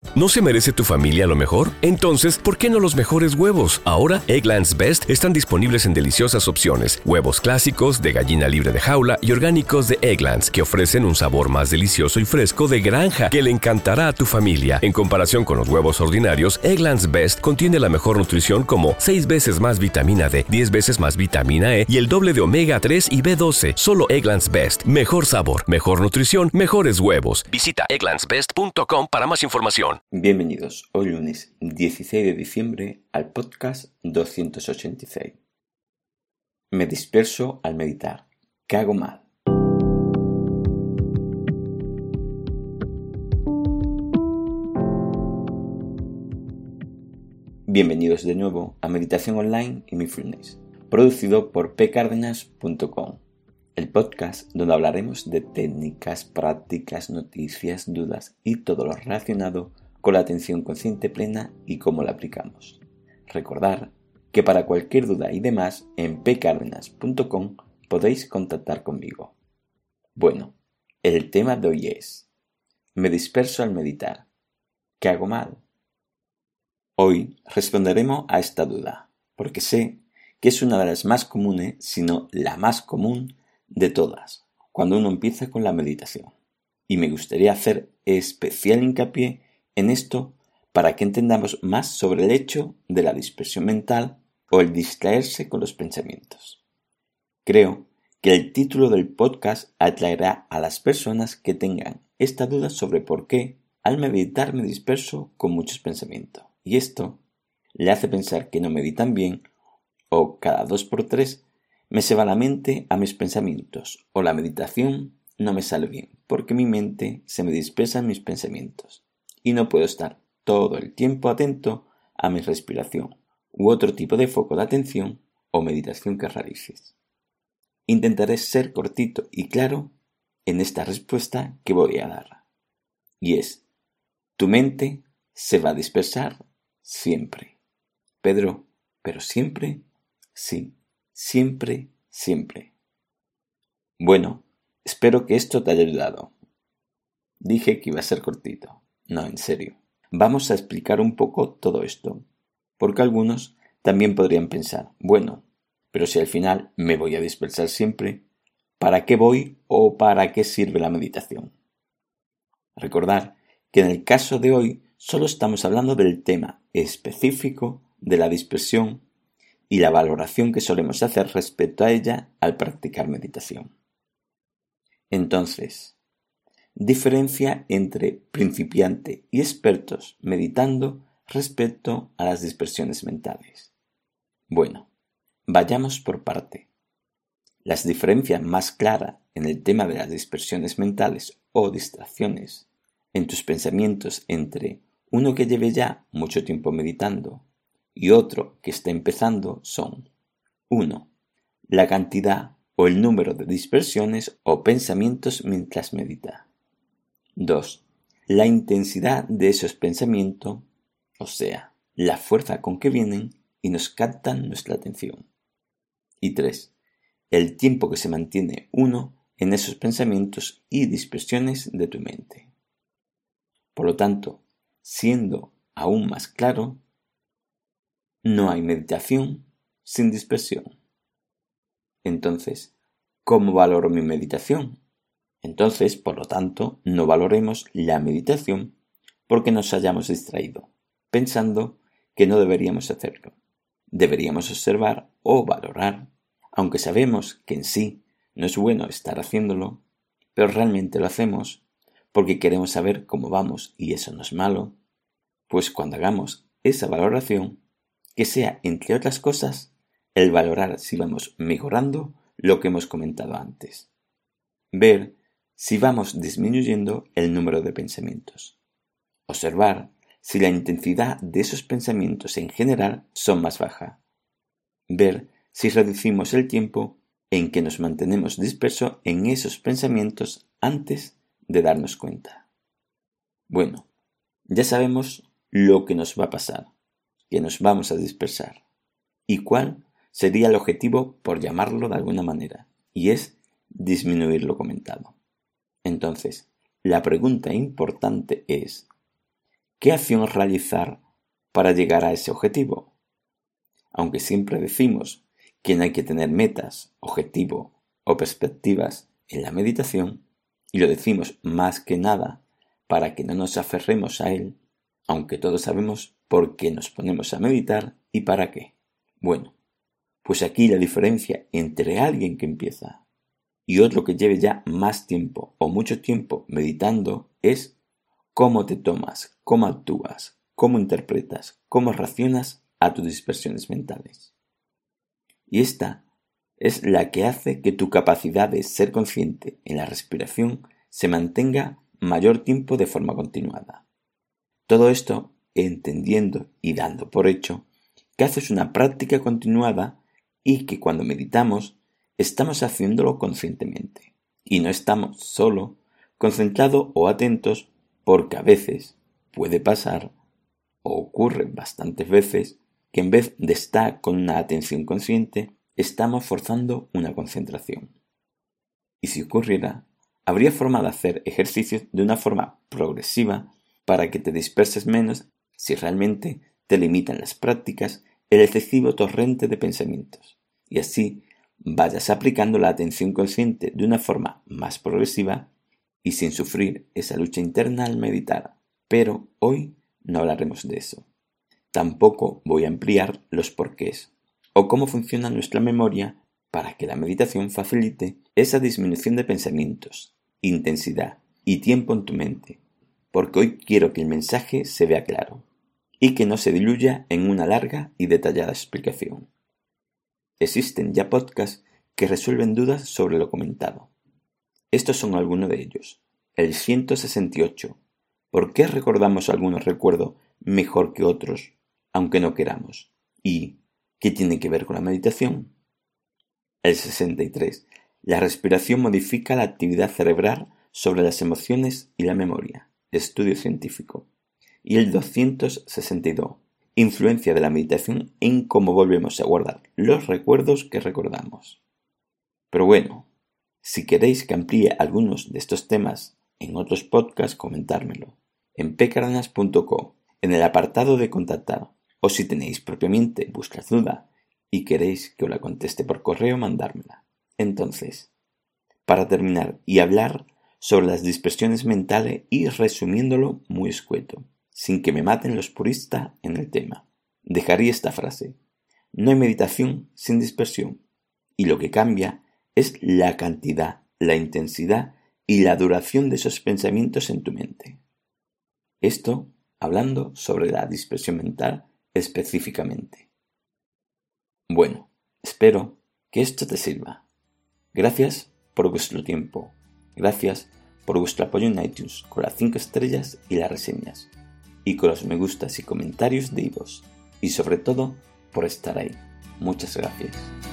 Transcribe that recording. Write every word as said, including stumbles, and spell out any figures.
¿No se merece tu familia lo mejor? Entonces, ¿por qué no los mejores huevos? Ahora, Eggland's Best están disponibles en deliciosas opciones. Huevos clásicos, de gallina libre de jaula y orgánicos de Eggland's, que ofrecen un sabor más delicioso y fresco de granja que le encantará a tu familia. En comparación con los huevos ordinarios, Eggland's Best contiene la mejor nutrición como seis veces más vitamina D, diez veces más vitamina E y el doble de omega tres y B doce. Solo Eggland's Best. Mejor sabor, mejor nutrición, mejores huevos. Visita egglands best punto com para más información. Bienvenidos hoy lunes dieciséis de diciembre al podcast doscientos ochenta y seis. Me disperso al meditar. ¿Qué hago mal? Bienvenidos de nuevo a Meditación Online y Mindfulness, producido por p cárdenas punto com, el podcast donde hablaremos de técnicas, prácticas, noticias, dudas y todo lo relacionado con la atención consciente plena y cómo la aplicamos. Recordar que para cualquier duda y demás en p cárdenas punto com podéis contactar conmigo. Bueno, el tema de hoy es: me disperso al meditar. ¿Qué hago mal? Hoy responderemos a esta duda, porque sé que es una de las más comunes, si no la más común de todas, cuando uno empieza con la meditación. Y me gustaría hacer especial hincapié en esto para que entendamos más sobre el hecho de la dispersión mental o el distraerse con los pensamientos. Creo que el título del podcast atraerá a las personas que tengan esta duda sobre por qué al meditar me disperso con muchos pensamientos. Y esto le hace pensar que no meditan bien o cada dos por tres me se va la mente a mis pensamientos o la meditación no me sale bien porque mi mente se me dispersa en mis pensamientos. Y no puedo estar todo el tiempo atento a mi respiración u otro tipo de foco de atención o meditación que realices. Intentaré ser cortito y claro en esta respuesta que voy a dar. Y es: tu mente se va a dispersar siempre. Pedro, ¿pero siempre? Sí, siempre, siempre. Bueno, espero que esto te haya ayudado. Dije que iba a ser cortito. No, en serio. Vamos a explicar un poco todo esto, porque algunos también podrían pensar, bueno, pero si al final me voy a dispersar siempre, ¿para qué voy o para qué sirve la meditación? Recordar que en el caso de hoy solo estamos hablando del tema específico de la dispersión y la valoración que solemos hacer respecto a ella al practicar meditación. Entonces, diferencia entre principiante y expertos meditando respecto a las dispersiones mentales. Bueno, vayamos por parte. Las diferencias más claras en el tema de las dispersiones mentales o distracciones en tus pensamientos entre uno que lleve ya mucho tiempo meditando y otro que esté empezando son: uno. La cantidad o el número de dispersiones o pensamientos mientras medita. dos. La intensidad de esos pensamientos, o sea, la fuerza con que vienen y nos captan nuestra atención. Y tres. El tiempo que se mantiene uno en esos pensamientos y dispersiones de tu mente. Por lo tanto, siendo aún más claro, no hay meditación sin dispersión. Entonces, ¿cómo valoro mi meditación? Entonces, por lo tanto, no valoremos la meditación porque nos hayamos distraído, pensando que no deberíamos hacerlo. Deberíamos observar o valorar, aunque sabemos que en sí no es bueno estar haciéndolo, pero realmente lo hacemos porque queremos saber cómo vamos y eso no es malo, pues cuando hagamos esa valoración, que sea, entre otras cosas, el valorar si vamos mejorando lo que hemos comentado antes. Ver si vamos disminuyendo el número de pensamientos. Observar si la intensidad de esos pensamientos en general son más baja. Ver si reducimos el tiempo en que nos mantenemos dispersos en esos pensamientos antes de darnos cuenta. Bueno, ya sabemos lo que nos va a pasar, que nos vamos a dispersar. ¿Y cuál sería el objetivo, por llamarlo de alguna manera? Y es disminuir lo comentado. Entonces, la pregunta importante es: ¿qué acción realizar para llegar a ese objetivo? Aunque siempre decimos que no hay que tener metas, objetivo o perspectivas en la meditación, y lo decimos más que nada para que no nos aferremos a él, aunque todos sabemos por qué nos ponemos a meditar y para qué. Bueno, pues aquí la diferencia entre alguien que empieza y otro que lleve ya más tiempo o mucho tiempo meditando es cómo te tomas, cómo actúas, cómo interpretas, cómo reaccionas a tus dispersiones mentales. Y esta es la que hace que tu capacidad de ser consciente en la respiración se mantenga mayor tiempo de forma continuada. Todo esto entendiendo y dando por hecho que haces una práctica continuada y que cuando meditamos estamos haciéndolo conscientemente y no estamos solo concentrados o atentos, porque a veces puede pasar o ocurre bastantes veces que en vez de estar con una atención consciente estamos forzando una concentración. Y si ocurriera, habría forma de hacer ejercicios de una forma progresiva para que te disperses menos si realmente te limitan las prácticas el excesivo torrente de pensamientos, y así vayas aplicando la atención consciente de una forma más progresiva y sin sufrir esa lucha interna al meditar. Pero hoy no hablaremos de eso. Tampoco voy a ampliar los porqués o cómo funciona nuestra memoria para que la meditación facilite esa disminución de pensamientos, intensidad y tiempo en tu mente, porque hoy quiero que el mensaje se vea claro y que no se diluya en una larga y detallada explicación. Existen ya podcasts que resuelven dudas sobre lo comentado. Estos son algunos de ellos. El ciento sesenta y ocho. ¿Por qué recordamos algunos recuerdos mejor que otros, aunque no queramos? ¿Y qué tiene que ver con la meditación? El sesenta y tres. La respiración modifica la actividad cerebral sobre las emociones y la memoria. Estudio científico. Y el doscientos sesenta y dos. Influencia de la meditación en cómo volvemos a guardar los recuerdos que recordamos. Pero bueno, si queréis que amplíe algunos de estos temas en otros podcasts, comentármelo en pe cardenas punto com, en el apartado de contactar, o si tenéis propiamente vuestra duda y queréis que os la conteste por correo, mandármela. Entonces, para terminar y hablar sobre las dispersiones mentales y resumiéndolo muy escueto, sin que me maten los puristas en el tema, dejaría esta frase: no hay meditación sin dispersión, y lo que cambia es la cantidad, la intensidad y la duración de esos pensamientos en tu mente. Esto hablando sobre la dispersión mental específicamente. Bueno, espero que esto te sirva. Gracias por vuestro tiempo. Gracias por vuestro apoyo en iTunes con las cinco estrellas y las reseñas, y con los me gustas y comentarios de iVoox, y sobre todo por estar ahí. Muchas gracias.